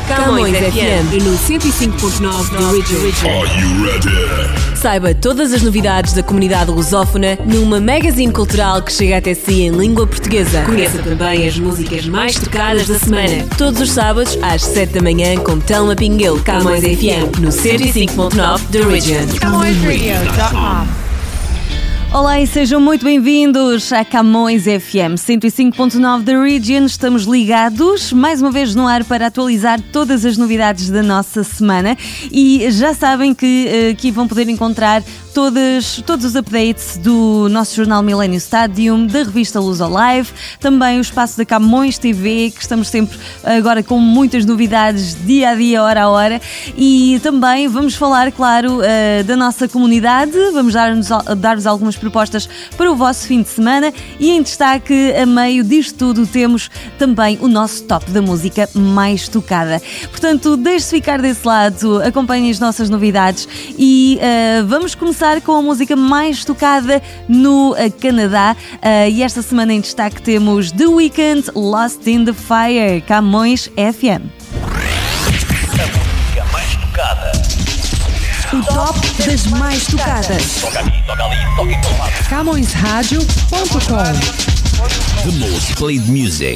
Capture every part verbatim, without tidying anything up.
Camões F M no cento e cinco ponto nove da Region. Are you ready? Saiba todas as novidades da comunidade lusófona numa magazine cultural que chega até si em língua portuguesa. Conheça também as músicas mais tocadas da semana. Todos os sábados às sete da manhã com Telma Pinguel. Camões F M no cento e cinco ponto nove da Region. Camões Radio ponto com. Olá e sejam muito bem-vindos a Camões F M cento e cinco ponto nove da Region. Estamos ligados mais uma vez no ar para atualizar todas as novidades da nossa semana e já sabem que aqui vão poder encontrar todos, todos os updates do nosso jornal Millennium Stadium, da revista Luz ao Live, também o espaço da Camões T V, que estamos sempre agora com muitas novidades dia a dia, hora a hora, e também vamos falar, claro, da nossa comunidade, vamos dar-nos, dar-vos algumas propostas para o vosso fim de semana e em destaque, a meio disto tudo, temos também o nosso top da música mais tocada. Portanto, deixe-se ficar desse lado, acompanhem as nossas novidades e uh, vamos começar com a música mais tocada no uh, Canadá uh, e esta semana em destaque temos The Weeknd, Lost in the Fire, Camões F M. A música mais tocada. O top das mais tocadas. Toca ali, toca ali, toca em todo lado. Camões Radio ponto com. The most played music.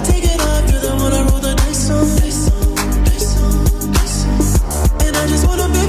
And I just wanna be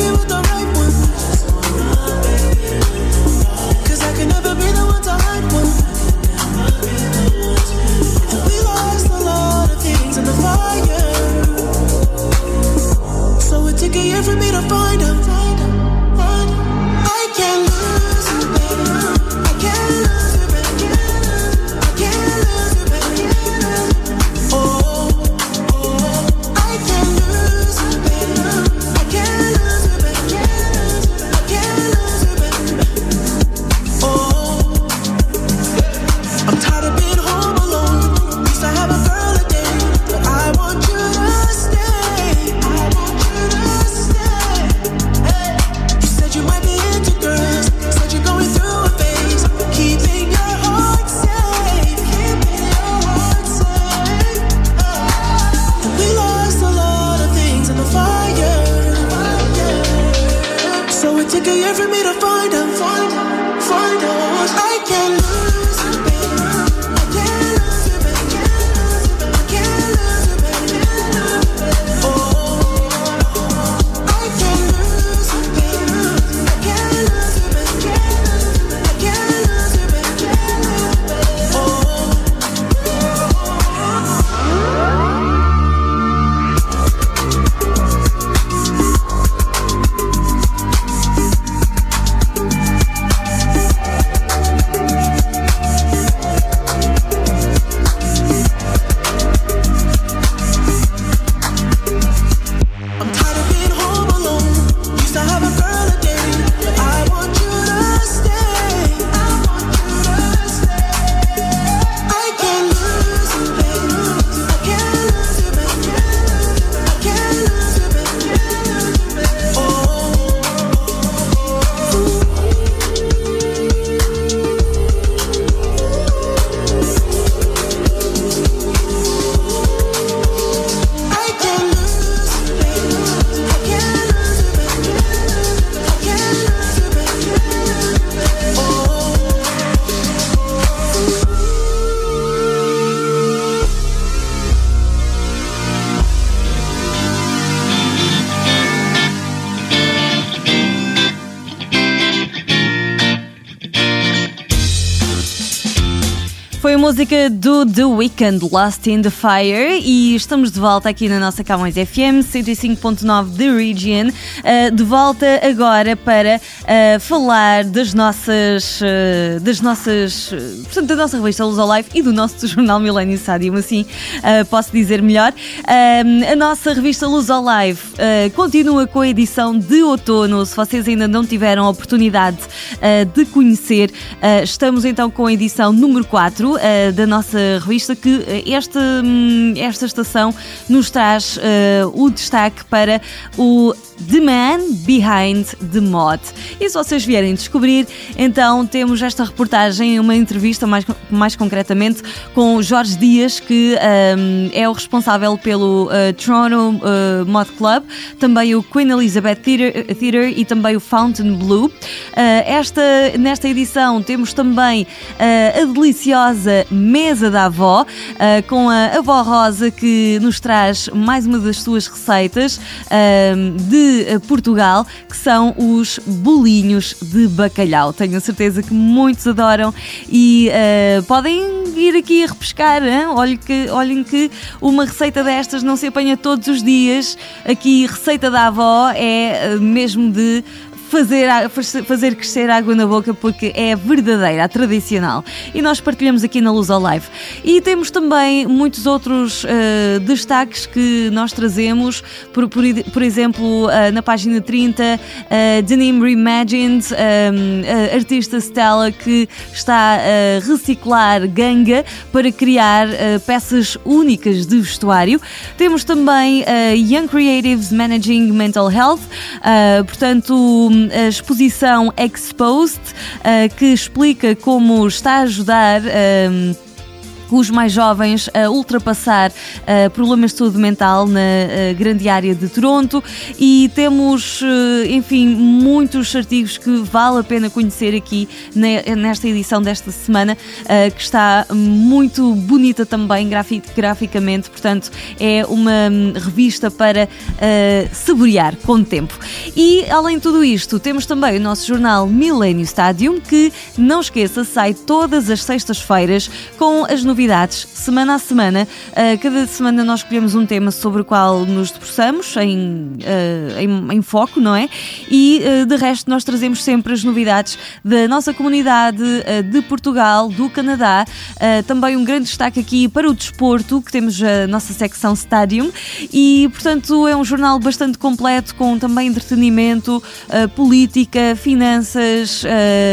Foi a música do The Weeknd, Lost in the Fire, e estamos de volta aqui na nossa Camões F M cento e cinco ponto nove The Region, uh, de volta agora para uh, falar das nossas, uh, das nossas, uh, portanto, da nossa revista Luz ao Live e do nosso jornal Millennium Stadium, assim uh, posso dizer melhor. Uh, a nossa revista Luz ao Live uh, continua com a edição de outono. Se vocês ainda não tiveram a oportunidade uh, de conhecer, uh, estamos então com a edição número quatro uh, da nossa revista, que esta, esta estação nos traz uh, o destaque para o The Man Behind the Mod. E se vocês vierem descobrir, então temos esta reportagem, uma entrevista mais, mais concretamente com o Jorge Dias, que um, é o responsável pelo uh, Toronto uh, Mod Club, também o Queen Elizabeth Theatre, Theatre e também o Fontainebleau. Uh, esta, nesta edição temos também uh, a deliciosa Mesa da Avó, uh, com a Avó Rosa, que nos traz mais uma das suas receitas uh, de Portugal, que são os bolinhos de bacalhau. Tenho a certeza que muitos adoram e uh, podem ir aqui a repescar. Olhem que, olhem que uma receita destas não se apanha todos os dias. Aqui, receita da avó é uh, mesmo de Fazer, fazer crescer água na boca, porque é verdadeira, a tradicional. E nós partilhamos aqui na Luz ao Live. E temos também muitos outros uh, destaques que nós trazemos, por, por, por exemplo, uh, na página trinta, uh, Denim Reimagined, um, a artista Stella, que está a reciclar ganga para criar uh, peças únicas de vestuário. Temos também uh, Young Creatives Managing Mental Health, uh, portanto, a exposição Exposed, uh, que explica como está a ajudar um, os mais jovens a ultrapassar uh, problemas de saúde mental na uh, grande área de Toronto. E temos, uh, enfim, muitos artigos que vale a pena conhecer aqui ne- nesta edição desta semana, uh, que está muito bonita também grafi- graficamente, portanto é uma um, revista para uh, saborear com o tempo. E além de tudo isto, temos também o nosso jornal Millennium Stadium, que, não esqueça, sai todas as sextas-feiras com as novidades semana a semana. Uh, cada semana nós escolhemos um tema sobre o qual nos debruçamos em, uh, em, em foco, não é? E uh, de resto nós trazemos sempre as novidades da nossa comunidade, uh, de Portugal, do Canadá. Uh, também um grande destaque aqui para o desporto, que temos a nossa secção Stadium, e portanto é um jornal bastante completo, com também entretenimento, uh, política, finanças uh,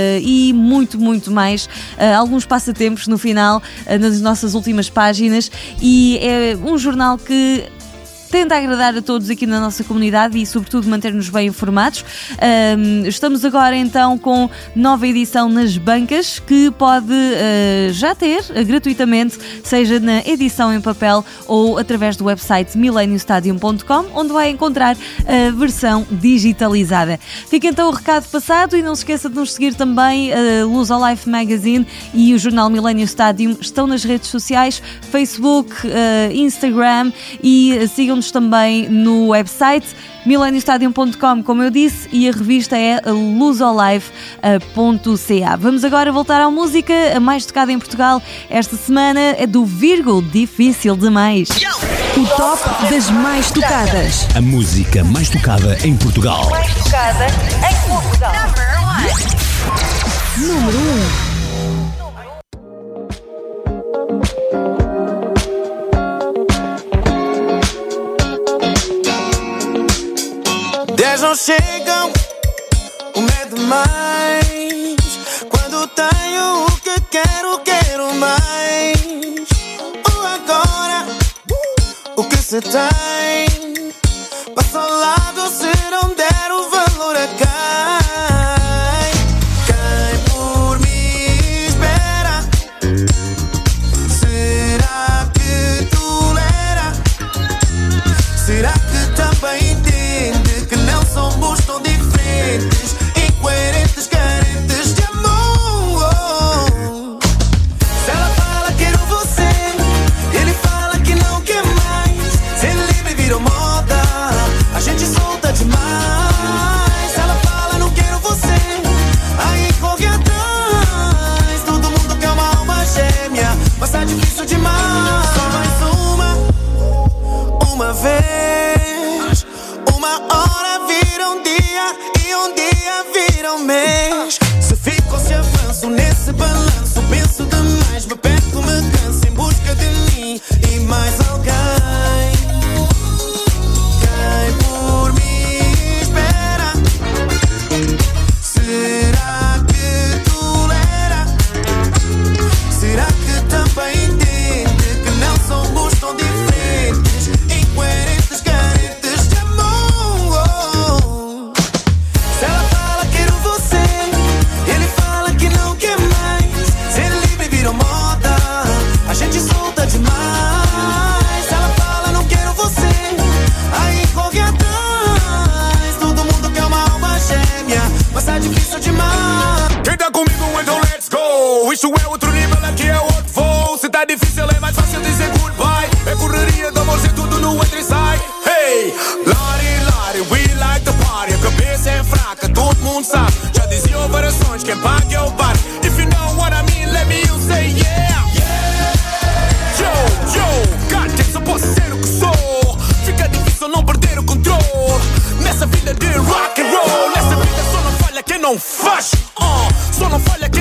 e muito, muito mais. Uh, alguns passatempos no final, uh, nas nossas últimas páginas, e é um jornal que tenta agradar a todos aqui na nossa comunidade e, sobretudo, manter-nos bem informados. Um, estamos agora, então, com nova edição nas bancas, que pode uh, já ter uh, gratuitamente, seja na edição em papel ou através do website millennium stadium ponto com, onde vai encontrar a versão digitalizada. Fica então o recado passado, e não se esqueça de nos seguir também. A Luz ao Life Magazine e o jornal Millennium Stadium estão nas redes sociais, Facebook, uh, Instagram, e uh, sigam também no website millennium stadium ponto com, como eu disse, e a revista é luz ao live ponto c a. Vamos agora voltar à música. A mais tocada em Portugal esta semana é do Virgo, Difícil Demais. O top das mais tocadas. A música mais tocada em Portugal. Mais tocada em Portugal. Número um. Dez não chegam, o medo mais. Quando tenho o que quero, quero mais. O agora, o que se tem, passa ao lado se não der o valor a quem. Quem por mim espera, será que tolera? Será que também entende que não somos tão diferentes, incoerentes, carentes de amor? Se ela fala quero você, ele fala que não quer mais. Ser livre vira amor.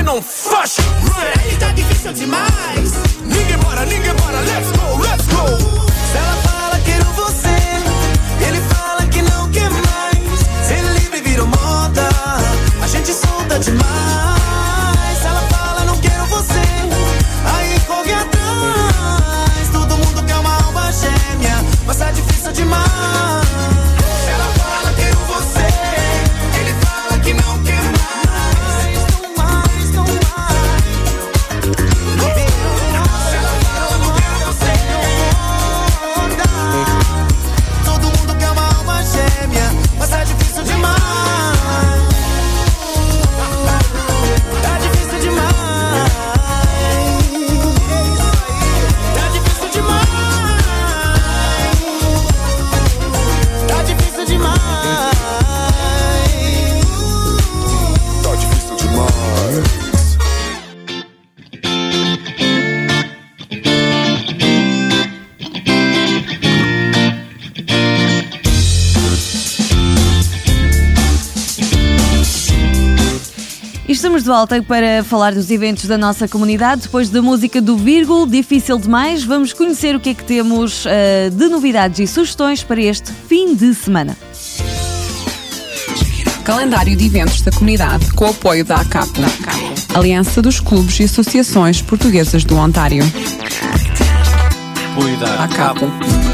não faz. Aí tá difícil demais. Ninguém para, ninguém para, let's go, let's go. Se ela fala quero você, ele fala que não quer mais. Ser livre virou moda, a gente solta demais. Se ela fala não quero você, aí corre atrás. Todo mundo quer uma alma gêmea, mas tá difícil demais. Se ela fala quero você, ele fala que não quer mais. Não mais, não mais. Se ela fala não quero você, todo mundo quer uma alma gêmea, mas tá difícil demais. Tá difícil demais. Tá difícil demais. Tá difícil demais. Tá difícil demais. E estamos de volta para falar dos eventos da nossa comunidade. Depois da música do Vírgul, Difícil Demais, vamos conhecer o que é que temos uh, de novidades e sugestões para este fim de semana. Calendário de eventos da comunidade com o apoio da ACAPO, Aliança dos Clubes e Associações Portuguesas do Ontário. Apoio da ACAPO.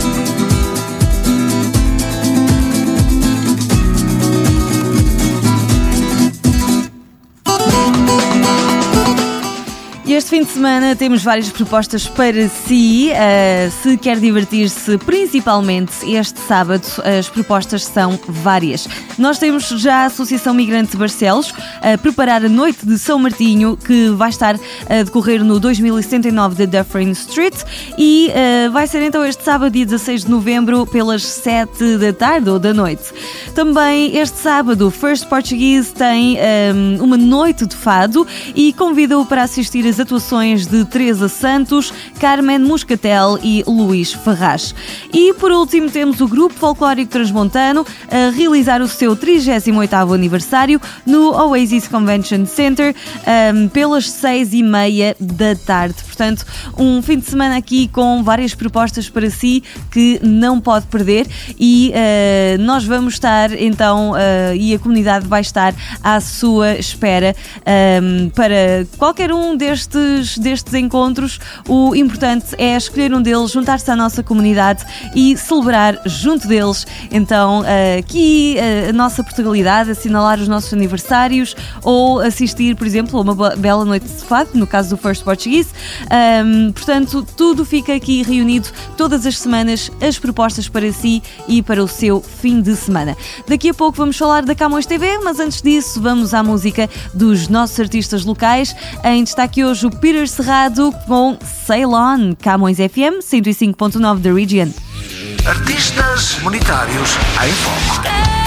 E este fim de semana temos várias propostas para si. Uh, se quer divertir-se, principalmente este sábado, as propostas são várias. Nós temos já a Associação Migrante de Barcelos a preparar a Noite de São Martinho, que vai estar a decorrer no dois mil e setenta e nove da Dufferin Street, e uh, vai ser então este sábado, dia dezasseis de novembro, pelas sete da tarde ou da noite. Também este sábado, First Portuguese tem um, uma noite de fado e convida-o para assistir às atuações de Teresa Santos, Carmen Moscatel e Luís Ferraz. E por último temos o Grupo Folclórico Transmontano a realizar o seu trigésimo oitavo aniversário no Oasis Convention Center um, pelas seis e meia da tarde. Portanto, um fim de semana aqui com várias propostas para si que não pode perder, e uh, nós vamos estar então uh, e a comunidade vai estar à sua espera um, para qualquer um destes, destes encontros. O importante é escolher um deles, juntar-se à nossa comunidade e celebrar junto deles então uh, aqui uh, a nossa Portugalidade, assinalar os nossos aniversários ou assistir, por exemplo, a uma bela noite de fado, no caso do First Portuguese. Um, portanto, tudo fica aqui reunido todas as semanas, as propostas para si e para o seu fim de semana. Daqui a pouco vamos falar da Camões T V, mas antes disso vamos à música dos nossos artistas locais. Em destaque hoje o Peter Cerrado com Sail On, Camões F M cento e cinco ponto nove da Region. Artistas monetários em foco.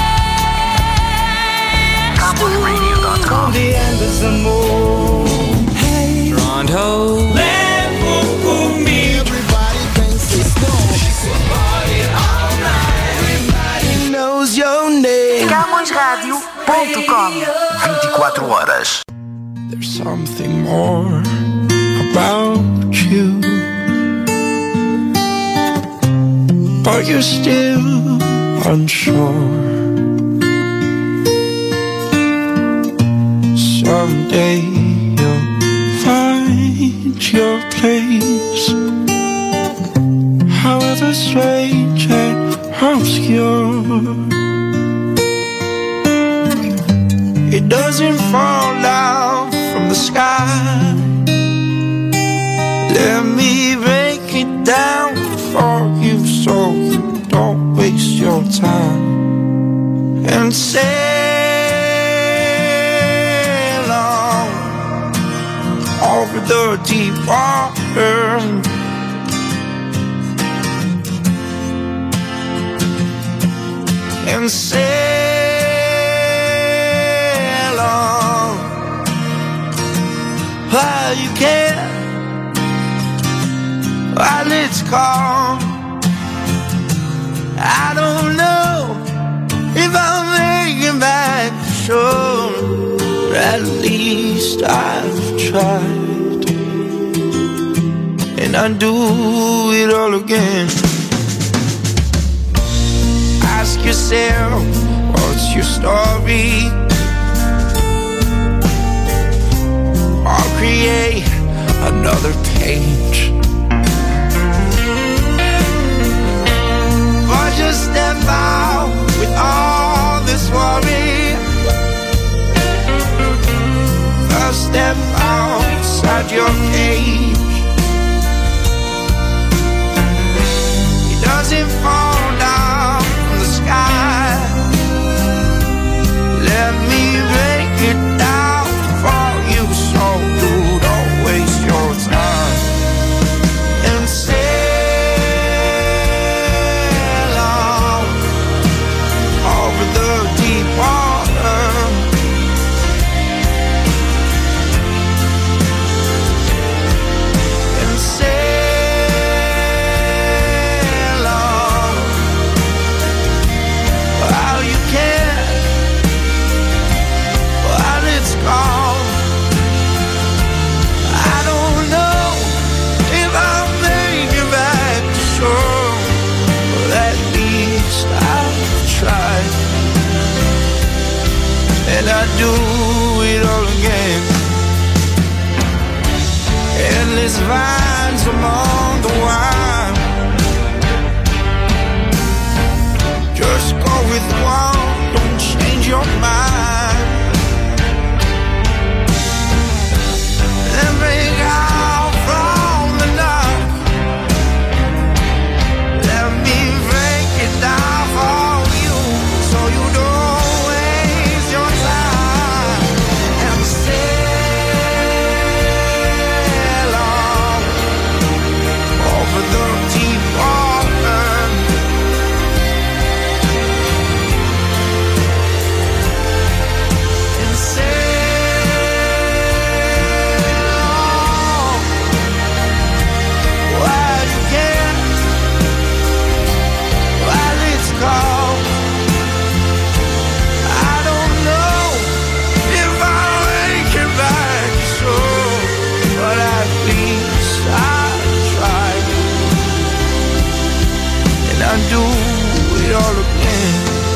Camões Radio ponto com. Camões Radio ponto com. vinte e quatro horas. There's something more about you, but you're still unsure. Someday you'll find your place, however strange and obscure. It doesn't fall down from the sky. Let me break it down for you so you don't waste your time and sail on over the deep water. And sail on while you can, while it's calm. I don't know if I'll make it back to shore. At least I've tried, and I'd do it all again. Ask yourself, what's your story? I'll create another page, but just step out with all this worry. First step outside your cage. It doesn't fall down from the sky. Let me break it down for you so you don't waste your time and sail on over the deep water. And sail on while you can, while it's gone. I don't know if I'll make it back to shore, but at least I've tried, and I'd do it all again. Endless vines among the wine. Just go with one, don't change your mind. And break out from the dark. Let me break it down for you, so you don't waste your time. And sail on over the deep water. And sail on while you can, while it's cold. I don't know if I'll make it back, so, but at least I tried, and I'll do it all again.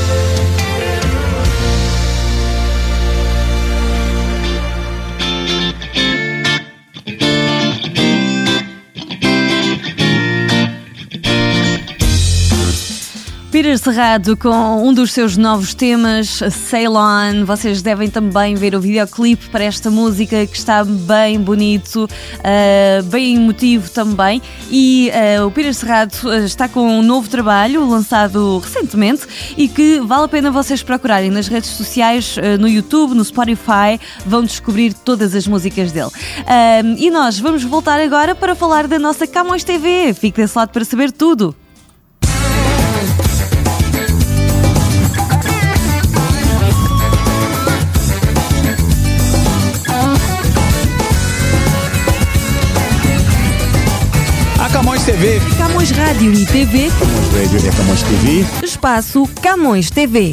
Peter Cerrado com um dos seus novos temas, Sail On. Vocês devem também ver o videoclipe para esta música, que está bem bonito, uh, bem emotivo também. E uh, o Peter Cerrado está com um novo trabalho lançado recentemente e que vale a pena vocês procurarem nas redes sociais, uh, no YouTube, no Spotify, vão descobrir todas as músicas dele. Uh, e nós vamos voltar agora para falar da nossa Camões T V. Fique desse lado para saber tudo. Camões T V. Camões Rádio e T V. Camões Rádio e Camões T V. Espaço Camões T V.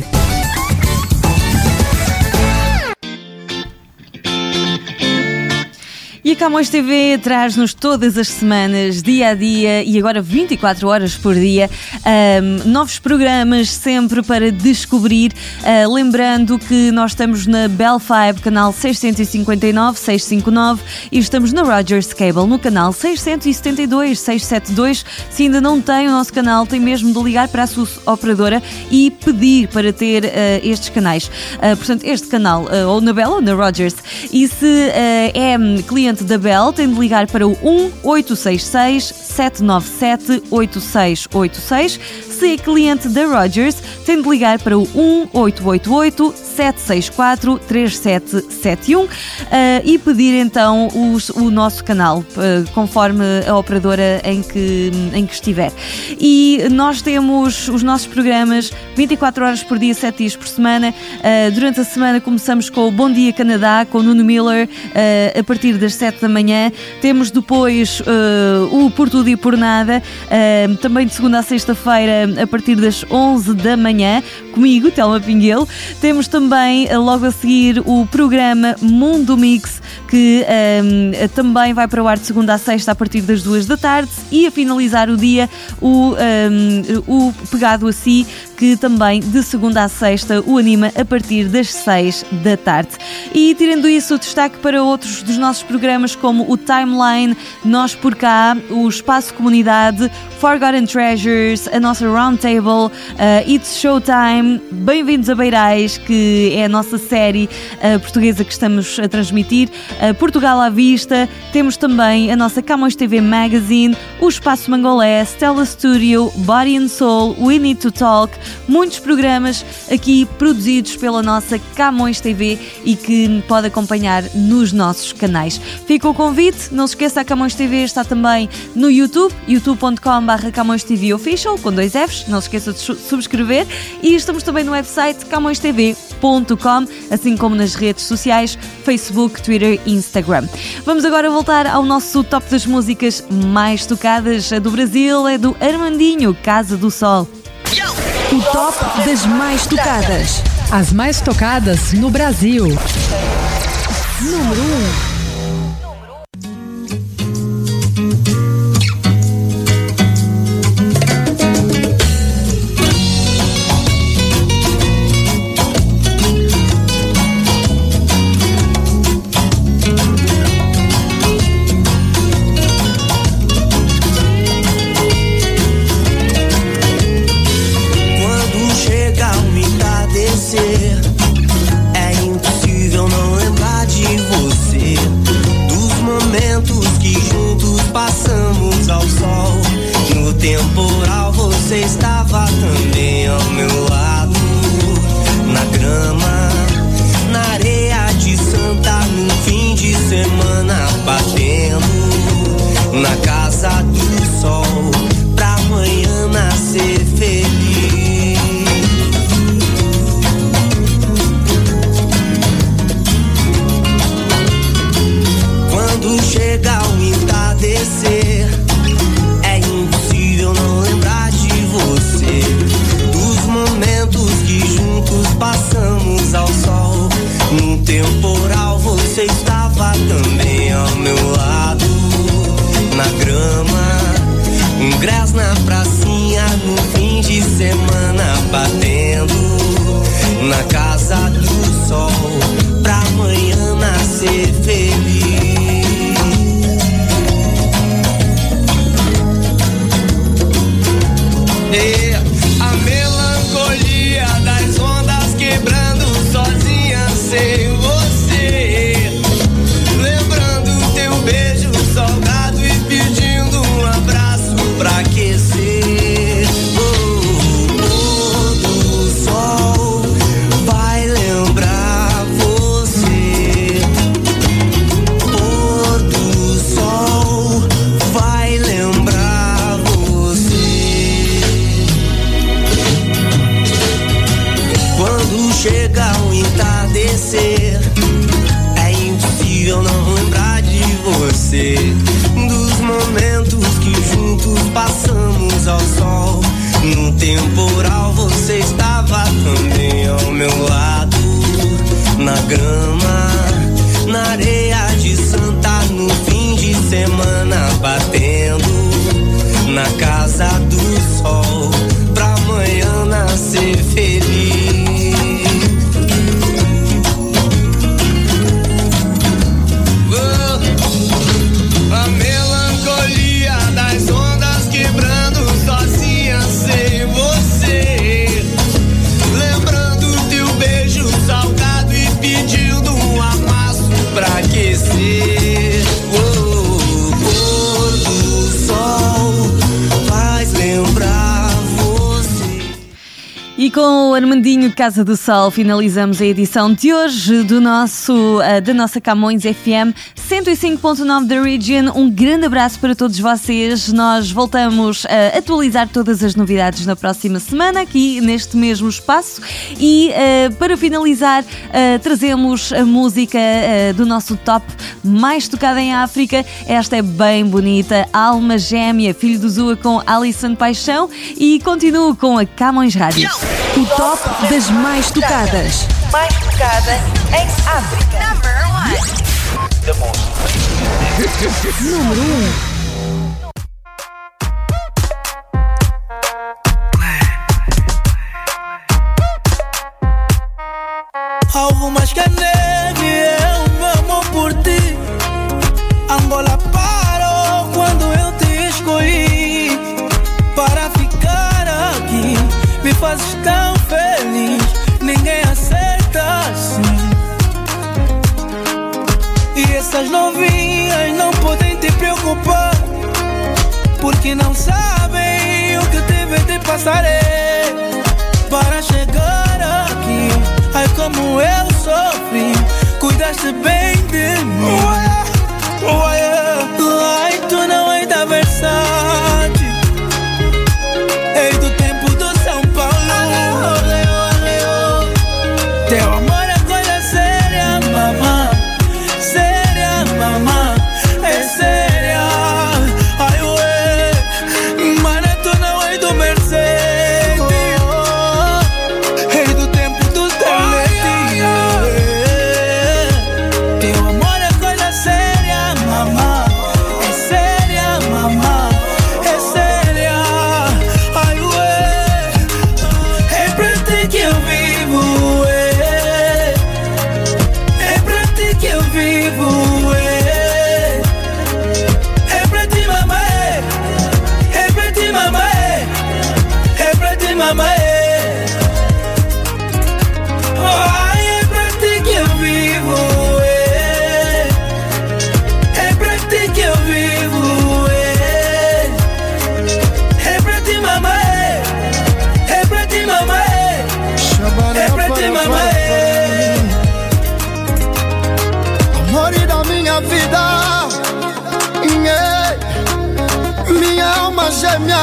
E a Camões T V traz-nos todas as semanas, dia a dia e agora vinte e quatro horas por dia, um, novos programas sempre para descobrir. Uh, lembrando que nós estamos na Bell Fibe, canal seiscentos e cinquenta e nove, seiscentos e cinquenta e nove, e estamos na Rogers Cable, no canal seiscentos e setenta e dois, seiscentos e setenta e dois. Se ainda não tem o nosso canal, tem mesmo de ligar para a sua operadora e pedir para ter uh, estes canais. Uh, portanto, este canal, uh, ou na Bell ou na Rogers. E se uh, é cliente da Bell, tem de ligar para o um oito seis seis, sete nove sete, oito seis oito seis. Se é cliente da Rogers, tem de ligar para o um oito oito oito, sete seis quatro, três sete sete um uh, e pedir então os, o nosso canal, uh, conforme a operadora em que, em que estiver. E nós temos os nossos programas vinte e quatro horas por dia, sete dias por semana. Uh, durante a semana começamos com o Bom Dia Canadá, com o Nuno Miller, uh, a partir das sete da manhã. Temos depois uh, o Por Tudo e Por Nada, uh, também de segunda a sexta-feira, uh, a partir das onze da manhã, comigo, Telma Pinguelo. Temos também, uh, logo a seguir, o programa Mundo Mix, que um, também vai para o ar de segunda a sexta a partir das duas da tarde, e a finalizar o dia o, um, o Pegado a Si, que também de segunda a sexta o anima a partir das seis da tarde. E tirando isso, destaque para outros dos nossos programas como o Timeline, Nós por Cá, o Espaço Comunidade, Forgotten Treasures, a nossa Roundtable, uh, It's Showtime, Bem-vindos a Beirais, que é a nossa série uh, portuguesa que estamos a transmitir, uh, Portugal à Vista, temos também a nossa Camões T V Magazine, o Espaço Mangolé, Stella Studio, Body and Soul, We Need to Talk, muitos programas aqui produzidos pela nossa Camões T V e que pode acompanhar nos nossos canais. Fica o convite, não se esqueça, a Camões T V está também no YouTube, youtube ponto com barra Camões T V Official, com dois Fs, não se esqueça de subscrever, e estamos também no website camões t v ponto com, assim como nas redes sociais, Facebook, Twitter e Instagram. Vamos agora voltar ao nosso top das músicas mais tocadas. A do Brasil é do Armandinho, Casa do Sol. O top das mais tocadas. As mais tocadas no Brasil. Número um. Você estava também ao meu lado, na grama, na areia de Santa, num fim de semana, batendo na casa do sol, pra amanhã nascer feliz. Quando chega o entardecer, é impossível não lembrar de você, dos momentos que juntos passamos ao sol. Num temporal você estava também ao meu lado, E com o Armandinho Casa do Sol finalizamos a edição de hoje do nosso, uh, da nossa Camões F M cento e cinco ponto nove da Region. Um grande abraço para todos vocês. Nós voltamos a atualizar todas as novidades na próxima semana aqui neste mesmo espaço e uh, para finalizar uh, trazemos a música uh, do nosso top mais tocada em África. Esta é bem bonita, Alma Gêmea, Filho do Zua com Alison Paixão, e continuo com a Camões Rádio. O top das mais tocadas. Mais tocada em África. Número um. Algo mais que a neve é o meu amor por ti. Angola parou quando eu te escolhi para ficar aqui. Me fazes tão feliz, ninguém acerta assim. E essas novinhas não podem te preocupar, porque não sabem o que tive de passar para chegar aqui. Ai, como eu sofri, cuidaste bem de mim. Ai, tu não é da Versace, ei do tempo do São Paulo. Teu amor é coisa séria, mamã. Séria, mamã, é séria. Ai, ué, mana, tu não é do Mercedes, ei do tempo do Telete. Teu amor é coisa séria, mamã. É séria, mamã, é séria. Ai, ué, é pra ti que eu vivo, ué. É pra ti que eu vivo, ué. É pra ti, mamãe. É pra ti, mamãe. É pra ti, mamãe. Ai, é pra ti que eu vivo, ué. É pra ti que eu vivo, ué. É pra ti, mamãe. É pra ti, mamãe. É pra ti, mamãe. Amor da minha vida, yeah. Minha alma gêmea,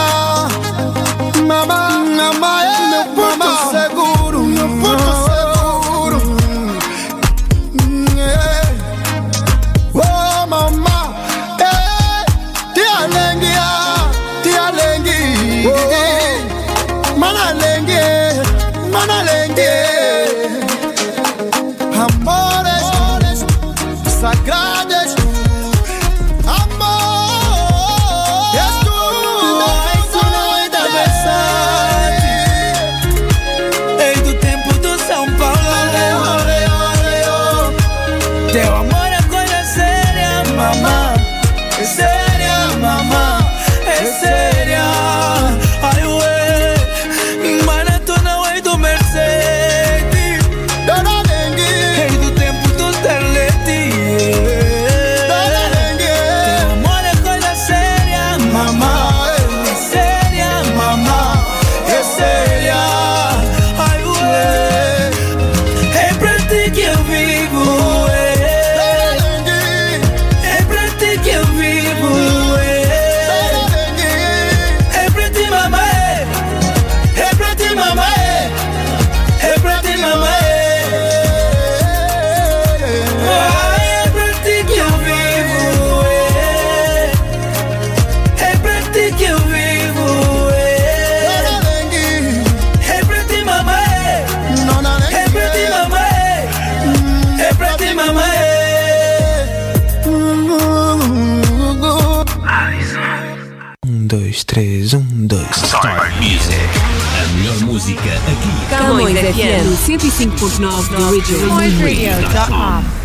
mamá, mamá, é meu porto seguro, meu porto seguro, yeah. Oh, mamá, eh, tia lengia, tia lengi, mana lengi, mana lengi, amores sagrados, amor, és tu, és tu, não é da Versace, ei do tempo do São Paulo. Teu amor é coisa séria, mamã. É séria, mamã. É séria. Ai, ué, mana, tu não é do Mercedes, dona lengi, ei do tempo do Telete. dona lengi, Teu amor é coisa séria, mamã. É séria, mamã. É séria. Ai, ué, é pra ti que eu vivo, ué. É pra ti que eu vivo, ué. É pra ti, mamãe. É pra ti, mamãe. É pra ti, mamãe. Ai, é pra ti que eu vivo, ué. É pra ti que eu vivo, ué. É pra ti, mamãe. É pra ti, mamãe. É pra ti, mamãe. Um, dois, três, um, dois. Star Music. A melhor música aqui. Camões F M cento e cinco ponto nove da Region. camões radio ponto com